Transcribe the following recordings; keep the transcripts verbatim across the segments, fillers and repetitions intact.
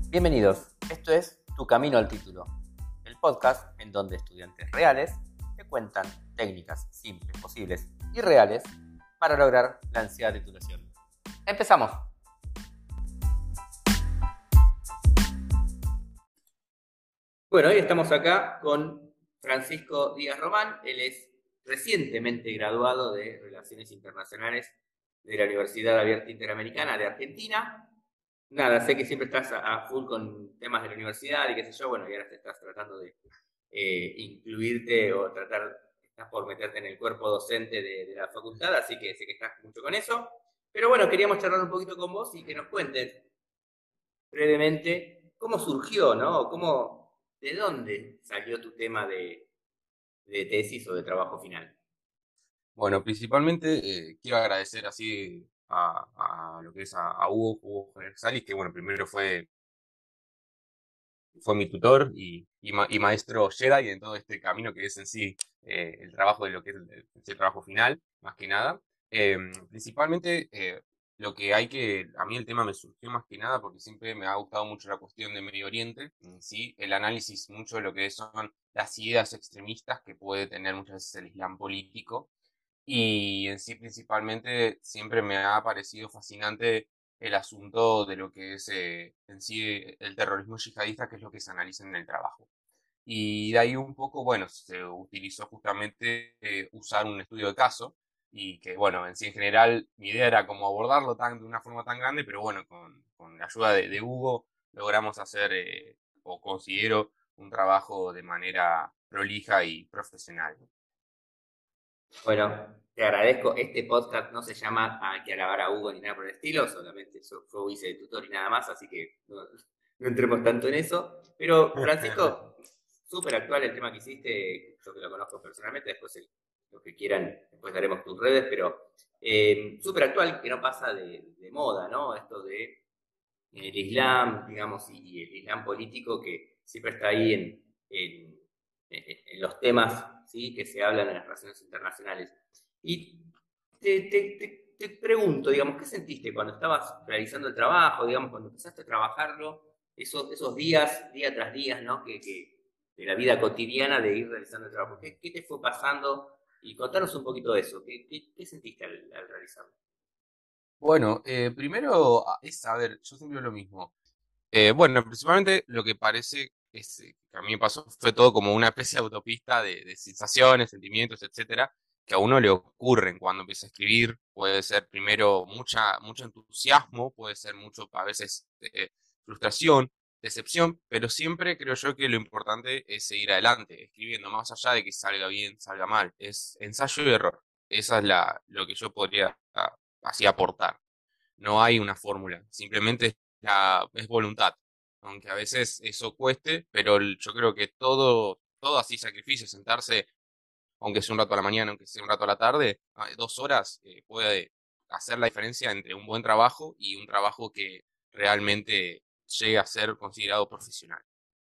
Bienvenidos, esto es Tu Camino al Título, el podcast en donde estudiantes reales te cuentan técnicas simples, posibles y reales para lograr la ansiada titulación. ¡Empezamos! Bueno, hoy estamos acá con Francisco Díaz Román. Él es recientemente graduado de Relaciones Internacionales de la Universidad Abierta Interamericana de Argentina. Nada, sé que siempre estás a, a full con temas de la universidad y qué sé yo, bueno, y ahora te estás tratando de eh, incluirte o tratar, estás por meterte en el cuerpo docente de, de la facultad, así que sé que estás mucho con eso. Pero bueno, queríamos charlar un poquito con vos y que nos cuentes brevemente cómo surgió, ¿no? ¿Cómo, de dónde salió tu tema de, de tesis o de trabajo final? Bueno, principalmente eh, quiero agradecer así a, a lo que es a, a Hugo, Hugo Salis, que bueno, primero fue, fue mi tutor y, y, ma- y maestro Jedi en todo este camino que es en sí eh, el trabajo de lo que es el, el trabajo final, más que nada. Eh, Principalmente eh, lo que hay que, a mí el tema me surgió más que nada porque siempre me ha gustado mucho la cuestión de Medio Oriente, en sí, el análisis mucho de lo que son las ideas extremistas que puede tener muchas veces el Islam político y en sí, principalmente, siempre me ha parecido fascinante el asunto de lo que es eh, en sí el terrorismo yihadista, que es lo que se analiza en el trabajo. Y de ahí un poco, bueno, se utilizó justamente eh, usar un estudio de caso y que, bueno, en sí en general mi idea era como abordarlo tan, de una forma tan grande, pero bueno, con, con la ayuda de, de Hugo logramos hacer, eh, o considero, un trabajo de manera prolija y profesional. Bueno, te agradezco. Este podcast no se llama a que alabar a Hugo ni nada por el estilo, solamente yo, yo hice de tutor y nada más, así que no, no entremos tanto en eso. Pero, Francisco, súper actual el tema que hiciste, yo que lo conozco personalmente, después el- los que quieran, después daremos tus redes, pero eh, súper actual que no pasa de, de moda, ¿no? Esto de el Islam, digamos, y, y el Islam político que siempre está ahí en, en, en los temas, ¿sí?, que se hablan en las relaciones internacionales. Y te, te, te, te pregunto, digamos, ¿qué sentiste cuando estabas realizando el trabajo, digamos, cuando empezaste a trabajarlo, esos, esos días, día tras día, ¿no?, que, que, de la vida cotidiana de ir realizando el trabajo? ¿Qué, qué te fue pasando? Y contanos un poquito de eso. ¿Qué, qué, qué sentiste al, al realizarlo? Bueno, eh, primero a- es saber, yo siempre digo lo mismo. Eh, bueno, principalmente lo que parece es, eh, que a mí me pasó fue todo como una especie de autopista de, de sensaciones, sentimientos, etcétera, que a uno le ocurren cuando empieza a escribir. Puede ser primero mucha, mucho entusiasmo, puede ser mucho, a veces, eh, frustración, decepción, pero siempre creo yo que lo importante es seguir adelante, escribiendo, más allá de que salga bien, salga mal. Es ensayo y error. Esa es la, lo que yo podría ah, así aportar. No hay una fórmula, simplemente es, la, es voluntad. Aunque a veces eso cueste, pero el- yo creo que todo, todo así sacrificio, sentarse, aunque sea un rato a la mañana, aunque sea un rato a la tarde, ah, dos horas, eh, puede hacer la diferencia entre un buen trabajo y un trabajo que realmente llegue a ser considerado profesional.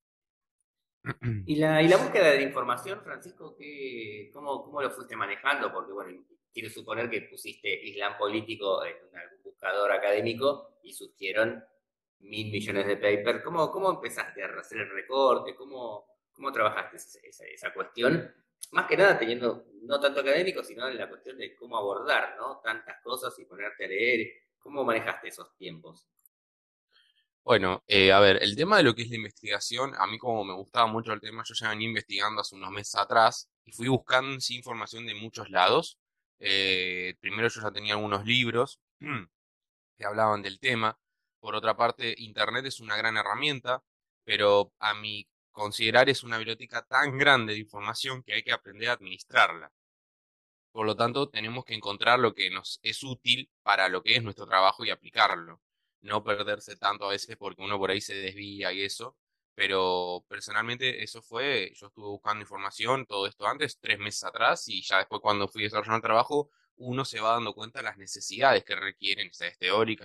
Y la, y la búsqueda de información, Francisco, ¿qué, cómo, cómo lo fuiste manejando? Porque, bueno, quiero suponer que pusiste Islam político en algún buscador académico y surgieron mil millones de papers. ¿Cómo, cómo empezaste a hacer el recorte? ¿Cómo, cómo trabajaste esa, esa, esa cuestión? Más que nada teniendo, no tanto académico, sino en la cuestión de cómo abordar, ¿no?, tantas cosas y ponerte a leer. ¿Cómo manejaste esos tiempos? Bueno, eh, a ver, el tema de lo que es la investigación, a mí como me gustaba mucho el tema, yo ya venía investigando hace unos meses atrás y fui buscando sí, información de muchos lados. Eh, primero yo ya tenía algunos libros que hablaban del tema. Por otra parte, Internet es una gran herramienta, pero a mi considerar es una biblioteca tan grande de información que hay que aprender a administrarla. Por lo tanto, tenemos que encontrar lo que nos es útil para lo que es nuestro trabajo y aplicarlo. No perderse tanto a veces porque uno por ahí se desvía y eso. Pero personalmente eso fue, yo estuve buscando información, todo esto antes, tres meses atrás, y ya después cuando fui desarrollando el trabajo, uno se va dando cuenta de las necesidades que requieren, necesidades teóricas,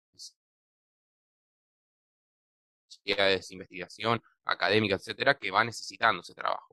necesidades de investigación, académica, etcétera, que va necesitando ese trabajo.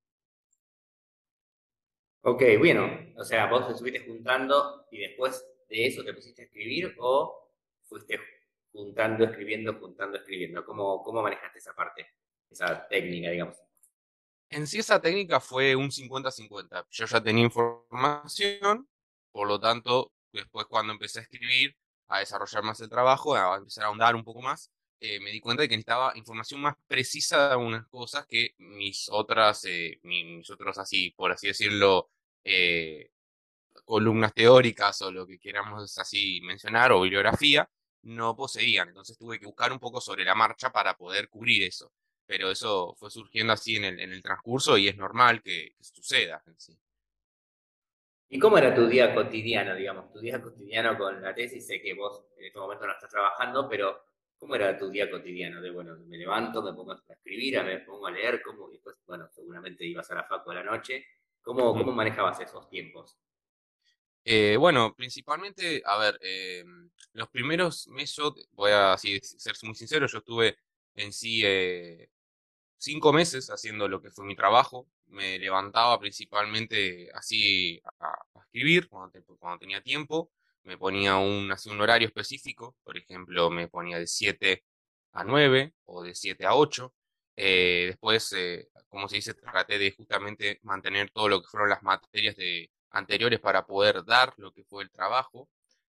Ok, bueno, o sea, vos te estuviste juntando y después de eso te pusiste a escribir o fuiste juntando, escribiendo, juntando, escribiendo. ¿Cómo, cómo manejaste esa parte, esa técnica, digamos? En sí esa técnica fue un cincuenta-cincuenta. Yo ya tenía información, por lo tanto, después cuando empecé a escribir, a desarrollar más el trabajo, a empezar a ahondar un poco más, eh, me di cuenta de que necesitaba información más precisa de algunas cosas que mis otras, eh, mi- mis otros así, por así decirlo, eh, columnas teóricas o lo que queramos así mencionar, o bibliografía, no poseían. Entonces tuve que buscar un poco sobre la marcha para poder cubrir eso. Pero eso fue surgiendo así en el, en el transcurso y es normal que, que suceda en sí. ¿Y cómo era tu día cotidiano, digamos? Tu día cotidiano con la tesis, sé que vos en este momento no estás trabajando, pero ¿cómo era tu día cotidiano? De, bueno, me levanto, me pongo a escribir, me pongo a leer, ¿cómo? Y después, bueno, seguramente ibas a la facu a la noche. ¿Cómo, cómo manejabas esos tiempos? Eh, bueno, principalmente, a ver, eh, los primeros meses, yo voy a así ser muy sincero, yo estuve en sí eh, cinco meses haciendo lo que fue mi trabajo. Me levantaba principalmente así a, a escribir cuando, te- cuando tenía tiempo. Me ponía un, así un horario específico. Por ejemplo, me ponía de siete a nueve o de siete a ocho. Eh, después, eh, como se dice, traté de justamente mantener todo lo que fueron las materias de, anteriores para poder dar lo que fue el trabajo.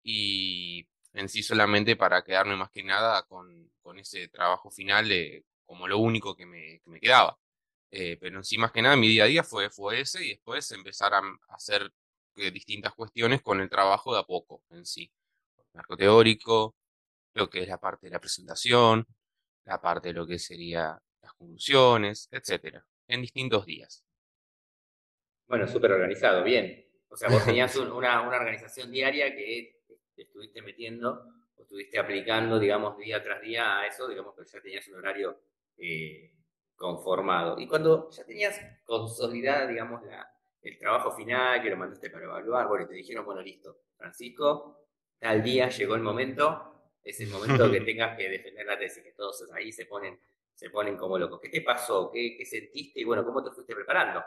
Y en sí solamente para quedarme más que nada con, con ese trabajo final de, como lo único que me, que me quedaba. Eh, pero en sí más que nada mi día a día fue, fue ese y después empezar a, a hacer eh, distintas cuestiones con el trabajo de a poco en sí. Marco teórico, lo que es la parte de la presentación, la parte de lo que sería las conclusiones, etcétera, en distintos días. Bueno, súper organizado, bien. O sea, vos tenías Sí. un- una, una organización diaria que te estuviste metiendo o estuviste aplicando, digamos, día tras día a eso, digamos, que ya tenías un horario eh, conformado. Y cuando ya tenías consolidada, digamos, la, el trabajo final, que lo mandaste para evaluar, bueno, y te dijeron, bueno, listo, Francisco, tal día llegó el momento, es el momento que tengas que defender la tesis, que todos ahí se ponen, se ponen como locos. ¿Qué te pasó? ¿Qué, qué sentiste? Y bueno, ¿cómo te fuiste preparando?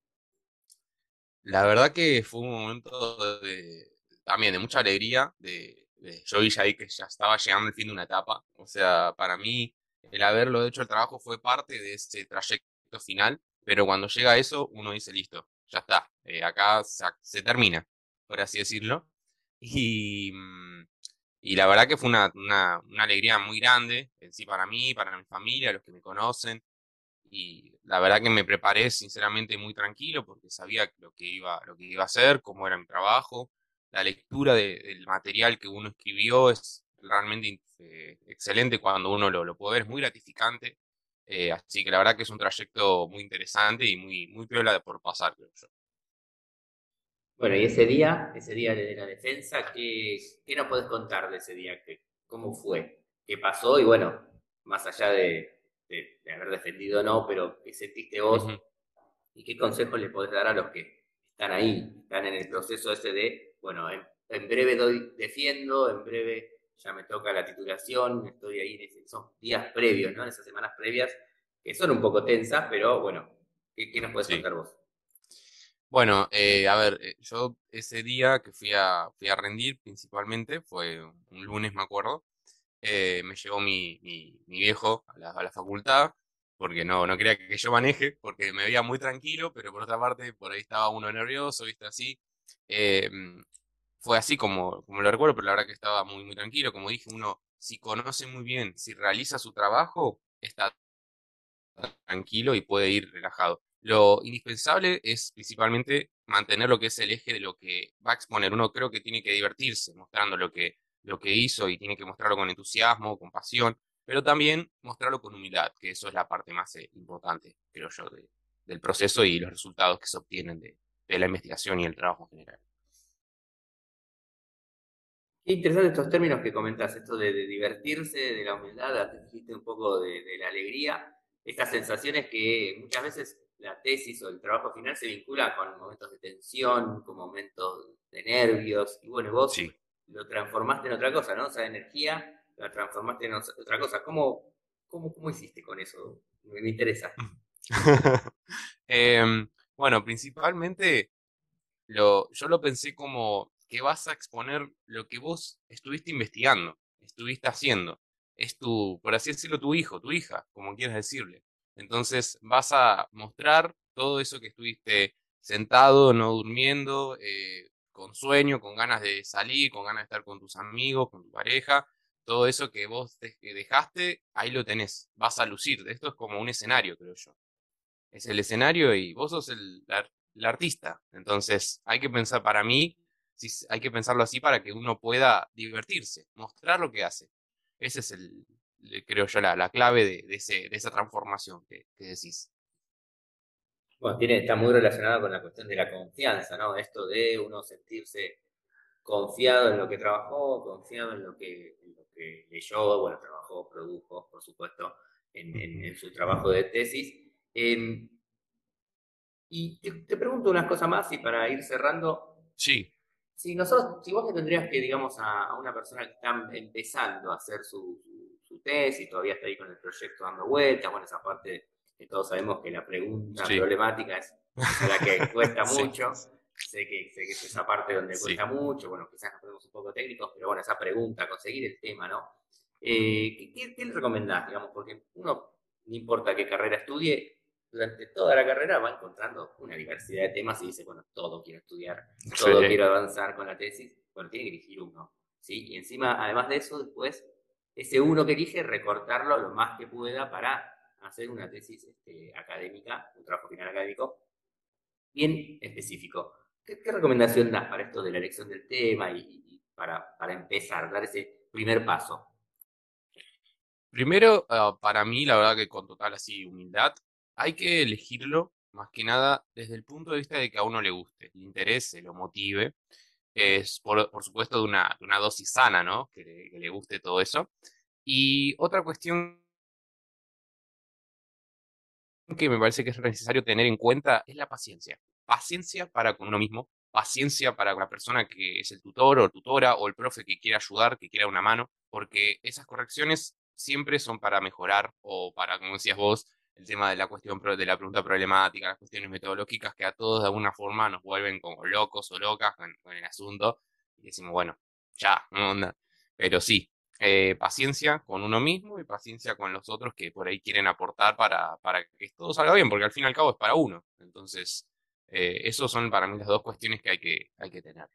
La verdad que fue un momento de, también de mucha alegría, de, de- yo vi ya ahí que ya estaba llegando el fin de una etapa, o sea, para mí el haberlo hecho el trabajo fue parte de ese trayecto final, pero cuando llega eso uno dice, listo, ya está, eh, acá se, se termina, por así decirlo, y, mm, y la verdad que fue una, una, una alegría muy grande, en sí para mí, para mi familia, los que me conocen, y la verdad que me preparé sinceramente muy tranquilo porque sabía lo que iba, lo que iba a hacer, cómo era mi trabajo. La lectura de- del material que uno escribió es realmente eh, excelente cuando uno lo, lo puede ver, es muy gratificante. Eh, así que la verdad que es un trayecto muy interesante y muy, muy piola por pasar, creo yo. Bueno, y ese día, ese día de la defensa, ¿qué, qué nos podés contar de ese día? ¿Qué, cómo fue? ¿Qué pasó? Y bueno, más allá de, de- de haber defendido o no, pero ¿qué sentiste vos? Ujú. ¿Y qué consejos le podés dar a los que están ahí, están en el proceso ese de, bueno, en, en breve doy, defiendo, en breve ya me toca la titulación, estoy ahí en esos días previos, ¿no? En esas semanas previas, que son un poco tensas, pero bueno, ¿qué, qué nos podés Sí. contar vos? Bueno, eh, a ver, eh, yo ese día que fui a, fui a rendir principalmente, fue un lunes, me acuerdo. Eh, me llevó mi, mi, mi viejo a la, a la facultad, porque no, no quería que yo maneje, porque me veía muy tranquilo, pero por otra parte, por ahí estaba uno nervioso, ¿viste? Así. Eh, Fue así como, como lo recuerdo, pero la verdad que estaba muy, muy tranquilo. Como dije, uno, si conoce muy bien, si realiza su trabajo, está tranquilo y puede ir relajado. Lo indispensable es principalmente mantener lo que es el eje de lo que va a exponer. Uno creo que tiene que divertirse mostrando lo que, lo que hizo y tiene que mostrarlo con entusiasmo, con pasión, pero también mostrarlo con humildad, que eso es la parte más eh, importante, creo yo, de- del proceso y los resultados que se obtienen de, de la investigación y el trabajo en general. Qué interesante estos términos que comentás, esto de, de divertirse, de la humildad, antes dijiste un poco de, de la alegría, estas sensaciones que muchas veces la tesis o el trabajo final se vincula con momentos de tensión, con momentos de nervios, y bueno, vos Sí. lo transformaste en otra cosa, ¿no? O sea, energía la transformaste en otra cosa. ¿Cómo, cómo, cómo hiciste con eso? Me, me interesa. Em, bueno, principalmente lo, yo lo pensé como que vas a exponer lo que vos estuviste investigando, estuviste haciendo. es tu, por así decirlo, tu hijo, tu hija, como quieras decirle. Entonces vas a mostrar todo eso que estuviste sentado, no durmiendo, eh, con sueño, con ganas de salir, con ganas de estar con tus amigos, con tu pareja, todo eso que vos te- que dejaste, ahí lo tenés, vas a lucir. Esto es como un escenario, creo yo. Es el escenario y vos sos el, la- el artista. Entonces hay que pensar, para mí, sí, hay que pensarlo así para que uno pueda divertirse, mostrar lo que hace. Ese es el, le- creo yo, la, la clave de, de ese, de esa transformación que, que decís. Bueno, tiene, está muy relacionado con la cuestión de la confianza, ¿no? Esto de uno sentirse confiado en lo que trabajó, confiado en lo que, en lo que leyó, bueno, trabajó, produjo, por supuesto, en, en- Ujú. en su trabajo de tesis. Eh, y te, te pregunto unas cosas más y para ir cerrando, Sí, si nosotros, si vos le tendrías que, digamos, a, a una persona que está empezando a hacer su, su, su tesis, todavía está ahí con el proyecto dando vueltas, bueno, esa parte que todos sabemos que la pregunta sí. problemática es, es a la que cuesta Sí, mucho, sé que, sé que es esa parte donde sí. cuesta mucho, bueno, quizás nos ponemos un poco técnicos, pero bueno, esa pregunta, conseguir el tema, ¿no? Eh, ¿qué, qué, qué le recomendás, digamos? Porque uno, no importa qué carrera estudie, durante toda la carrera va encontrando una diversidad de temas y dice, bueno, todo quiero estudiar, todo Sí. quiero avanzar con la tesis, bueno, tiene que elegir uno, ¿sí? Y encima, además de eso, después, ese uno que elige, recortarlo lo más que pueda para hacer una tesis este, académica, un trabajo final académico, bien específico. ¿Qué, qué recomendación das para esto de la elección del tema y, y para, para empezar, dar ese primer paso? Primero, ah, para mí, la verdad que con total así humildad, hay que elegirlo más que nada desde el punto de vista de que a uno le guste, le interese, lo motive. Es por, por supuesto de una, de una dosis sana, ¿no? Que le, que le guste todo eso. Y otra cuestión que me parece que es necesario tener en cuenta es la paciencia. Paciencia para con uno mismo, paciencia para con la persona que es el tutor o tutora o el profe que quiere ayudar, que quiera una mano, porque esas correcciones siempre son para mejorar o para, como decías vos, el tema de la cuestión pro- de la pregunta problemática, las cuestiones metodológicas que a todos de alguna forma nos vuelven como locos o locas con, con el asunto y decimos, bueno, ya, no onda. Pero sí, eh, paciencia con uno mismo y paciencia con los otros que por ahí quieren aportar para, para que todo salga bien, porque al fin y al cabo es para uno. Entonces, eh, esos son para mí las dos cuestiones que hay que, hay que tener.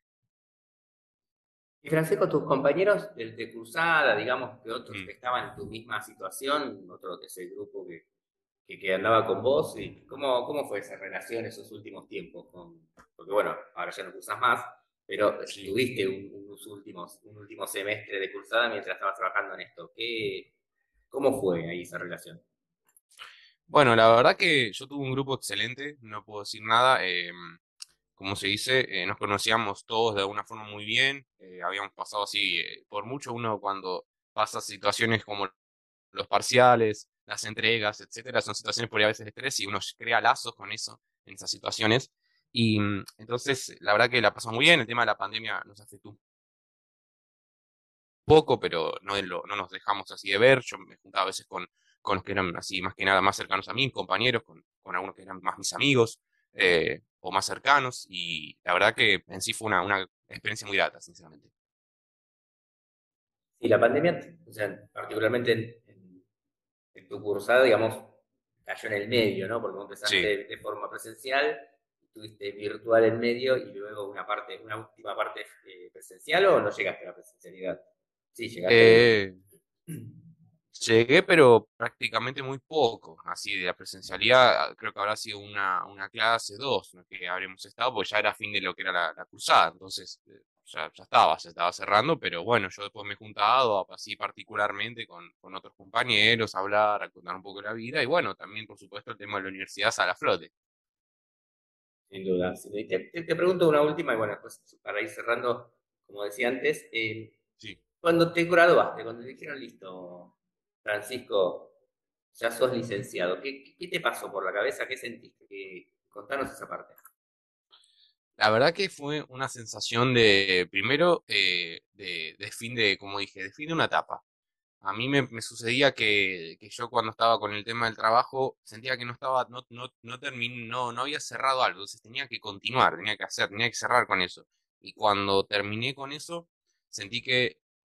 Y Francisco, tus compañeros de, de cursada, digamos que otros Mm, que estaban en tu misma situación, otro de ese grupo que, que, que andaba con vos, y ¿cómo, cómo fue esa relación esos últimos tiempos? Con, porque bueno, ahora ya no cursas más, pero sí. tuviste un, unos últimos, un último semestre de cursada mientras estabas trabajando en esto. ¿Qué, ¿Cómo fue ahí esa relación? Bueno, la verdad que yo tuve un grupo excelente, no puedo decir nada. Eh, como se dice, eh, nos conocíamos todos de alguna forma muy bien. Eh, habíamos pasado así, eh, por mucho uno cuando pasa situaciones como los parciales, las entregas, etcétera, son situaciones por ahí a veces de estrés y uno crea lazos con eso, en esas situaciones. Y mm, entonces, la verdad que la pasamos muy bien. El tema de la pandemia nos afectó un poco, pero no, en lo- no nos dejamos así de ver. Yo me juntaba a veces con, con los que eran así más que nada más cercanos a mí, compañeros, con, con algunos que eran más mis amigos eh, o más cercanos. Y la verdad que en sí fue una, una experiencia muy grata, sinceramente. Sí, la pandemia, o sea, particularmente en, en- en tu cursada, digamos, cayó en el medio, ¿no? Porque vos Sí. empezaste de forma presencial, tuviste virtual en medio y luego una parte, una última parte eh, presencial o no llegaste a la presencialidad. Sí, llegaste ahí. Eh, Llegué, pero prácticamente muy poco. Así de la presencialidad, creo que habrá sido una, una clase, dos, ¿no? Que habremos estado, porque ya era fin de lo que era la, la cursada. Entonces, eh, ya, ya estaba, se estaba cerrando, pero bueno, yo después me he juntado así particularmente con, con otros compañeros, a hablar, a contar un poco de la vida, y bueno, también, por supuesto, el tema de la universidad sale a flote. Sin duda. Sí. Y Te, te- te pregunto una última, y bueno, pues para ir cerrando, como decía antes, eh, Sí. cuando te graduaste, cuando te dijeron, listo, Francisco, ya sos licenciado, ¿qué, qué- qué te pasó por la cabeza? ¿Qué sentiste? ¿Qué- Contanos esa parte. La verdad que fue una sensación de, primero, eh, de, de fin de, como dije, de fin de una etapa. A mí me, me sucedía que, que yo cuando estaba con el tema del trabajo sentía que no estaba, no, no, no terminé, no, no había cerrado algo, entonces tenía que continuar, tenía que hacer, tenía que cerrar con eso. Y cuando terminé con eso, sentí que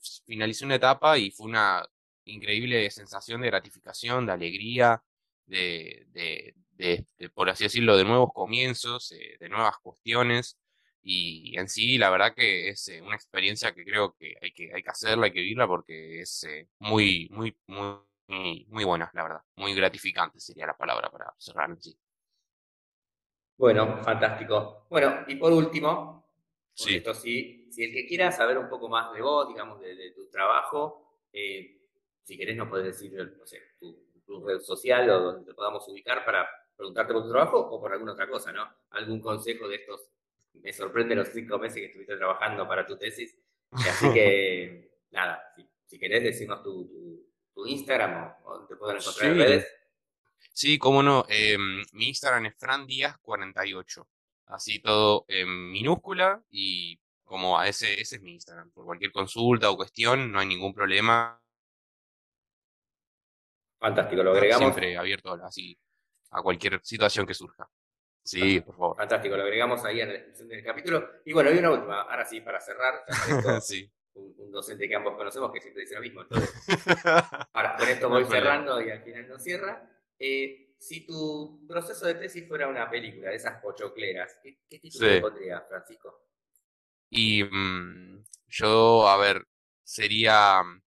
finalicé una etapa y fue una increíble sensación de gratificación, de alegría, de, de, de- de, por así decirlo, de nuevos comienzos, eh, de nuevas cuestiones. Y en sí, la verdad que es eh, una experiencia que creo que hay que, hay que hacerla, hay que vivirla porque es eh, muy, muy, muy, muy, muy buena, la verdad. Muy gratificante sería la palabra para cerrar en sí. Bueno, fantástico. Bueno, y por último, porque Sí. esto sí, si el que quiera saber un poco más de vos, digamos, de, de tu trabajo, eh, si querés nos podés decir, no sé, tu, tu red social o donde te podamos ubicar para preguntarte por tu trabajo o por alguna otra cosa, ¿no? Algún consejo de estos. Me sorprende los cinco meses que estuviste trabajando para tu tesis. Eh, Así que, nada, si, si querés decirnos tu, tu, tu Instagram o, o te pueden encontrar en Sí, redes. sí, cómo no. Em, mi Instagram es fran díaz cuarenta y ocho. Así todo en minúscula y como a ese, ese es mi Instagram. Por cualquier consulta o cuestión, no hay ningún problema. Fantástico, lo agregamos. Siempre abierto así a cualquier situación que surja. Sí, por favor. Fantástico, lo agregamos ahí en la descripción del capítulo. Y bueno, y una última, ahora sí, para cerrar, ya parezco Sí. un, un docente que ambos conocemos que siempre dice lo mismo. Entonces, ahora con esto No hay voy problema. cerrando y al final no cierra. Eh, si tu proceso de tesis fuera una película de esas pochocleras, ¿qué, qué título le Sí. pondrías, Francisco? Y mm, yo, a ver, sería mm,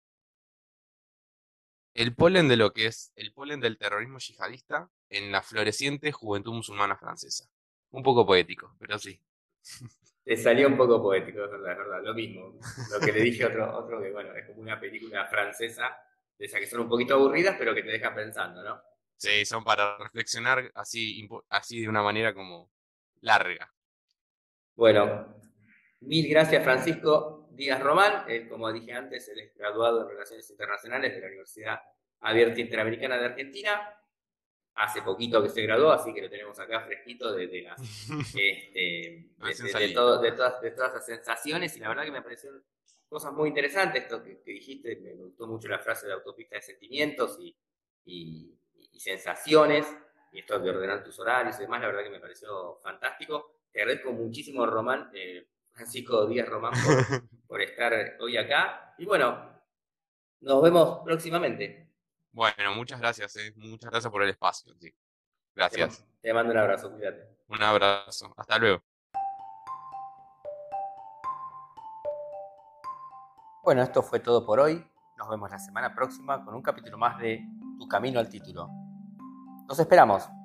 el polen de lo que es el polen del terrorismo yihadista en la floreciente juventud musulmana francesa. Un poco poético, pero sí. Te salió un poco poético, es verdad, es verdad. Lo mismo, lo que le dije a otro, otro que bueno, es como una película francesa, de esas que son un poquito aburridas, pero que te dejan pensando, ¿no? Sí, son para reflexionar así, impo- así de una manera como larga. Bueno, mil gracias, Francisco Díaz Román. Él, como dije antes, él es graduado en Relaciones Internacionales de la Universidad Abierta Interamericana de Argentina. Hace poquito que se graduó, así que lo tenemos acá fresquito de, de las, este, de, Recién de- de salido. todo- de todas, de todas las sensaciones. Y la verdad que me parecieron cosas muy interesantes esto que, que dijiste. Me gustó mucho la frase de autopista de sentimientos y, y- y sensaciones. Y esto de ordenar tus horarios y demás, la verdad que me pareció fantástico. Te agradezco muchísimo, Román, eh, Francisco Díaz Román, por, por estar hoy acá. Y bueno, nos vemos próximamente. Bueno, muchas gracias, eh. Muchas gracias por el espacio, sí. Te, ma- Gracias. te mando un abrazo, cuídate. Un abrazo. Hasta luego. Bueno, esto fue todo por hoy. Nos vemos la semana próxima con un capítulo más de Tu Camino al Título. Nos esperamos.